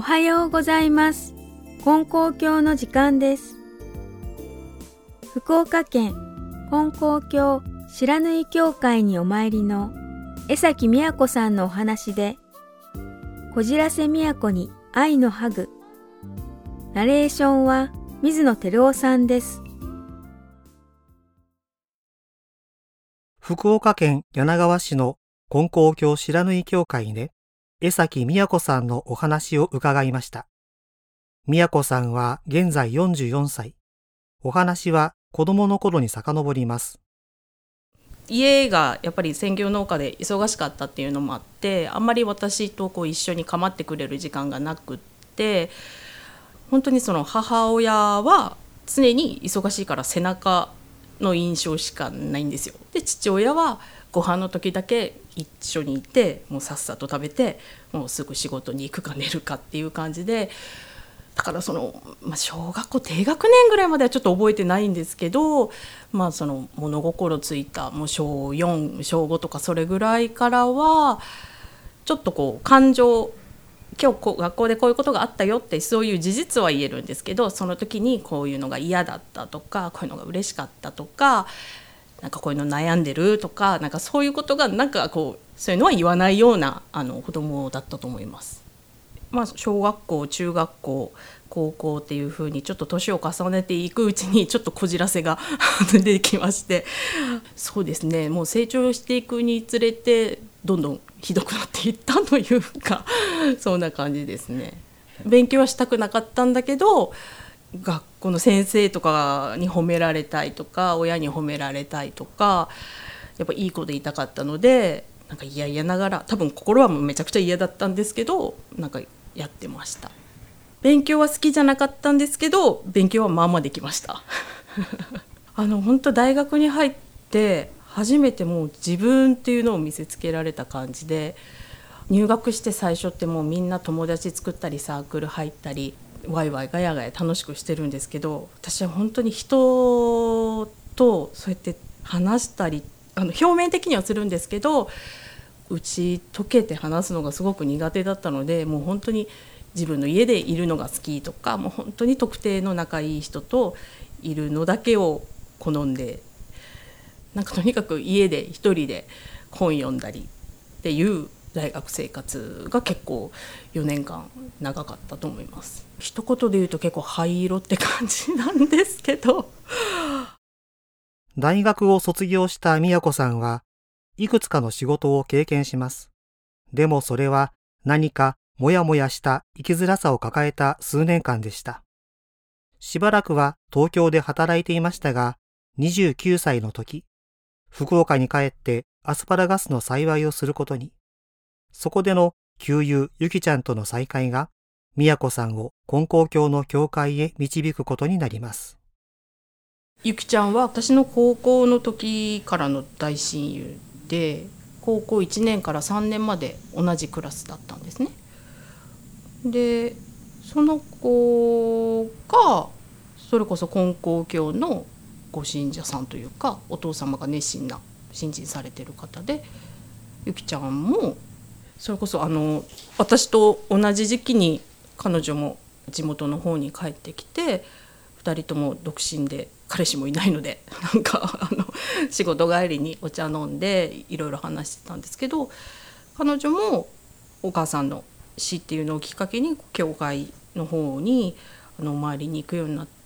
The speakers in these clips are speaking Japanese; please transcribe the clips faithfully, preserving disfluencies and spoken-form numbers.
はようございます。金光教の時間です。福岡県金光教白縫教会にお参りの江崎美也子さんのお話で、こじらせ都に愛のハグ。ナレーションは水野照夫さんです。 福岡県柳川市の金光教白縫教会で江崎美也子さんのお話を伺いました。美也子さんは現在よんじゅうよんさい。お話は子供の頃に遡ります。 家がやっぱり専業農家で忙しかったっていうのもあって、あんまり私とこう一緒に構ってくれる時間がなくって、本当にその母親は常に忙しいから背中の印象しかないんですよ。で、父親はご飯の時だけ一緒にいて、もうさっさと食べてもうすぐ仕事に行くか寝るかっていう感じで、だからその、まあ、小学校低学年ぐらいまではちょっと覚えてないんですけど、まあ、その物心ついたもう小よん小ごとかそれぐらいからはちょっとこう感情、今日こう学校でこういうことがあったよってそういう事実は言えるんですけど、その時にこういうのが嫌だったとか、こういうのが嬉しかったとか、なんかこういうの悩んでるとか、なんかそういうことがなんかこうそういうのは言わないようなあの子供だったと思います。まあ、小学校、中学校、高校っていう風にちょっと年を重ねていくうちにちょっとこじらせが出てきまして、そうですね、もう成長していくにつれてどんどんひどくなっていったというかそんな感じですね。勉強はしたくなかったんだけど、学校の先生とかに褒められたいとか、親に褒められたいとか、やっぱいい子でいたかったので、なんか嫌々ながら、多分心はもうめちゃくちゃ嫌だったんですけど、なんかやってました。勉強は好きじゃなかったんですけど、勉強はまあまあできましたあの本当大学に入って初めてもう自分っていうのを見せつけられた感じで、入学して最初ってもうみんな友達作ったりサークル入ったりワイワイガヤガヤ楽しくしてるんですけど、私は本当に人とそうやって話したり、あの表面的にはするんですけど、打ち解けて話すのがすごく苦手だったので、もう本当に自分の家でいるのが好きとか、もう本当に特定の仲いい人といるのだけを好んで、なんかとにかく家で一人で本読んだりっていう大学生活が結構よねんかん長かったと思います。一言で言うと結構灰色って感じなんですけど大学を卒業した美也子さんはいくつかの仕事を経験します。でもそれは何かもやもやした生きづらさを抱えた数年間でした。しばらくは東京で働いていましたが、にじゅうきゅうさいの時、福岡に帰ってアスパラガスの栽培をすることに。そこでの旧友ゆきちゃんとの再会が、美也子さんを金光教の教会へ導くことになります。 ゆきちゃんは私の高校の時からの大親友で、高校いちねんからさんねんまで同じクラスだったんですね。でその子がそれこそ金光教のご信者さんというか、お父様が熱心な信心されてる方で、ゆきちゃんもそれこそあの私と同じ時期に彼女も地元の方に帰ってきて、ふたりとも独身で彼氏もいないので、なんかあの仕事帰りにお茶飲んでいろいろ話してたんですけど、彼女もお母さんの死っていうのをきっかけに教会の方にあのお参りに行くようになって、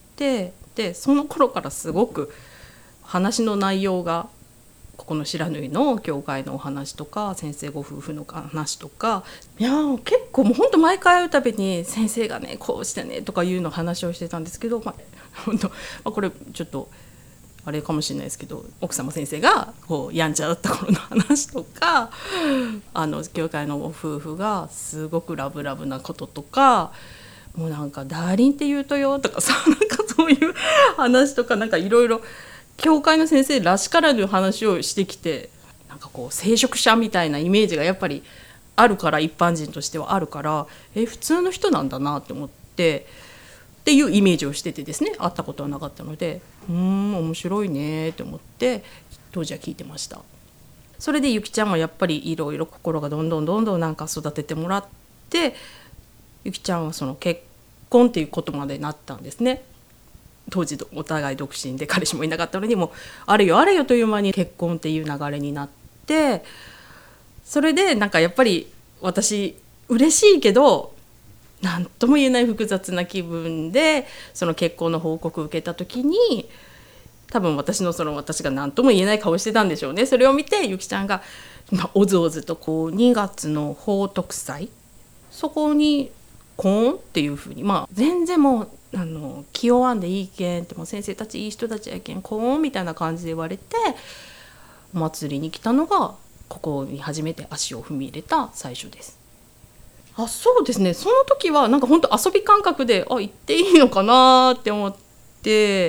でその頃からすごく話の内容がここの白縫の教会のお話とか、先生ご夫婦の話とか、いや結構もう本当毎回会うたびに先生がねこうしてねとかいうの話をしてたんですけど、まあ、本当、まあ、これちょっとあれかもしれないですけど、奥様先生がこうやんちゃだった頃の話とか、あの教会のご夫婦がすごくラブラブなこととか、もうなんかダーリンって言うとよとかさ、なんかそういう話とか、なんかいろいろ教会の先生らしからぬ話をしてきて、なんかこう聖職者みたいなイメージがやっぱりあるから、一般人としてはあるから、え普通の人なんだなって思ってっていうイメージをしててですね、会ったことはなかったので、うーん面白いねって思って当時は聞いてました。それでゆきちゃんもやっぱりいろいろ心がどんどんどんどんなんか育ててもらって、 ゆきちゃんはその結婚っていうことまでなったんですね。当時お互い独身で彼氏もいなかったのに、もうあれよあれよという間に結婚っていう流れになって、それでなんかやっぱり私嬉しいけど何とも言えない複雑な気分でその結婚の報告を受けた時に、多分私のその私が何とも言えない顔してたんでしょうね。それを見てゆきちゃんが、まあ、おずおずとこうにがつの報徳祭、そこにコーンっていうふうに、まあ全然もうあの気負わんでいいけんって、もう先生たちいい人たちやけんコーンみたいな感じで言われて、お祭りに来たのがここに初めて足を踏み入れた最初です。あ、そうですね。その時はなんか本当遊び感覚で、あ、行っていいのかなって思って、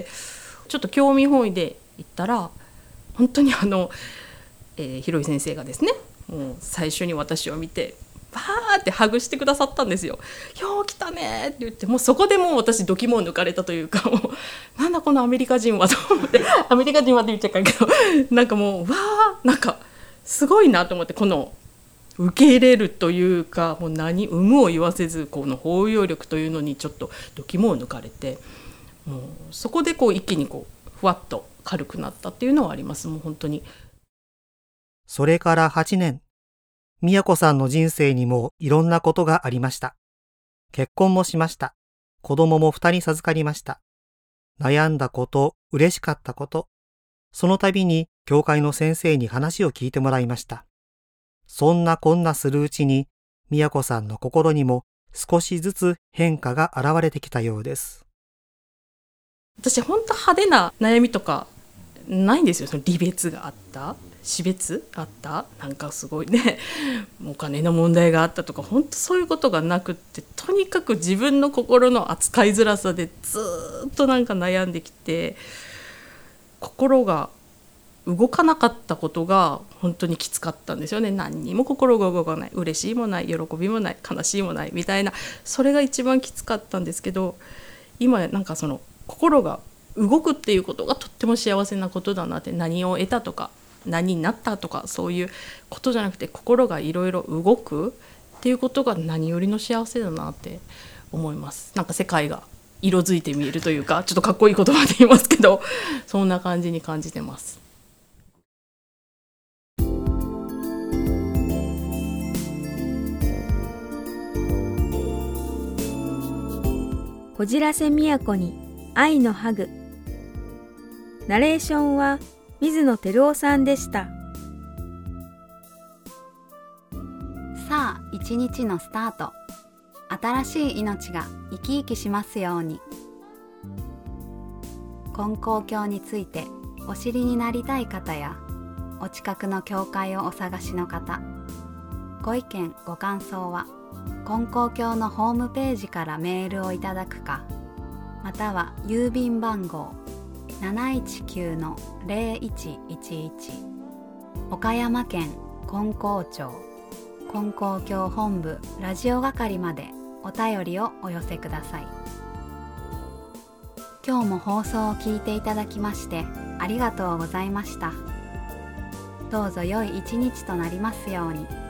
ちょっと興味本位で行ったら、本当にあの、えー、ひろい先生がですね、もう最初に私を見てバーってハグしてくださったんですよ。よう来たねって言って、もうそこでもう私ドキモを抜かれたというか、もうなんだこのアメリカ人はと思ってアメリカ人はって言っちゃうけど、なんかもうわー、なんかすごいなと思って、この受け入れるというか、もう何有無を言わせずこの包容力というのにちょっとドキモを抜かれて、もうそこでこう一気にこうふわっと軽くなったっていうのはあります。もう本当に。 それからはちねん、宮子さんの人生にもいろんなことがありました。結婚もしました。子供も二人授かりました。悩んだこと、嬉しかったこと、その度に教会の先生に話を聞いてもらいました。そんなこんなするうちに、宮子さんの心にも少しずつ変化が現れてきたようです。 私本当派手な悩みとかないんですよ。その離別があった、死別あった、なんかすごいねお金の問題があったとか、本当そういうことがなくって、とにかく自分の心の扱いづらさでずっとなんか悩んできて、心が動かなかったことが本当にきつかったんですよね。何にも心が動かない、嬉しいもない、喜びもない、悲しいもないみたいな、それが一番きつかったんですけど、今なんかその心が動くっていうことがとっても幸せなことだなって、何を得たとか何になったとかそういうことじゃなくて、心がいろいろ動くっていうことが何よりの幸せだなって思います。なんか世界が色づいて見えるというか、ちょっとかっこいい言葉で言いますけど、そんな感じに感じてます。 こじらせ都に愛のハグ。ナレーションは水野照夫さんでした。 さあ一日のスタート。新しい命が生き生きしますように。金光教についてお知りになりたい方や、お近くの教会をお探しの方、ご意見ご感想は金光教のホームページからメールをいただくか、または郵便番号 ななひゃくじゅうきゅうのゼロいちいちいち 岡山県金光町金光教本部ラジオ係までお便りをお寄せください。今日も放送を聞いていただきましてありがとうございました。どうぞ良い一日となりますように。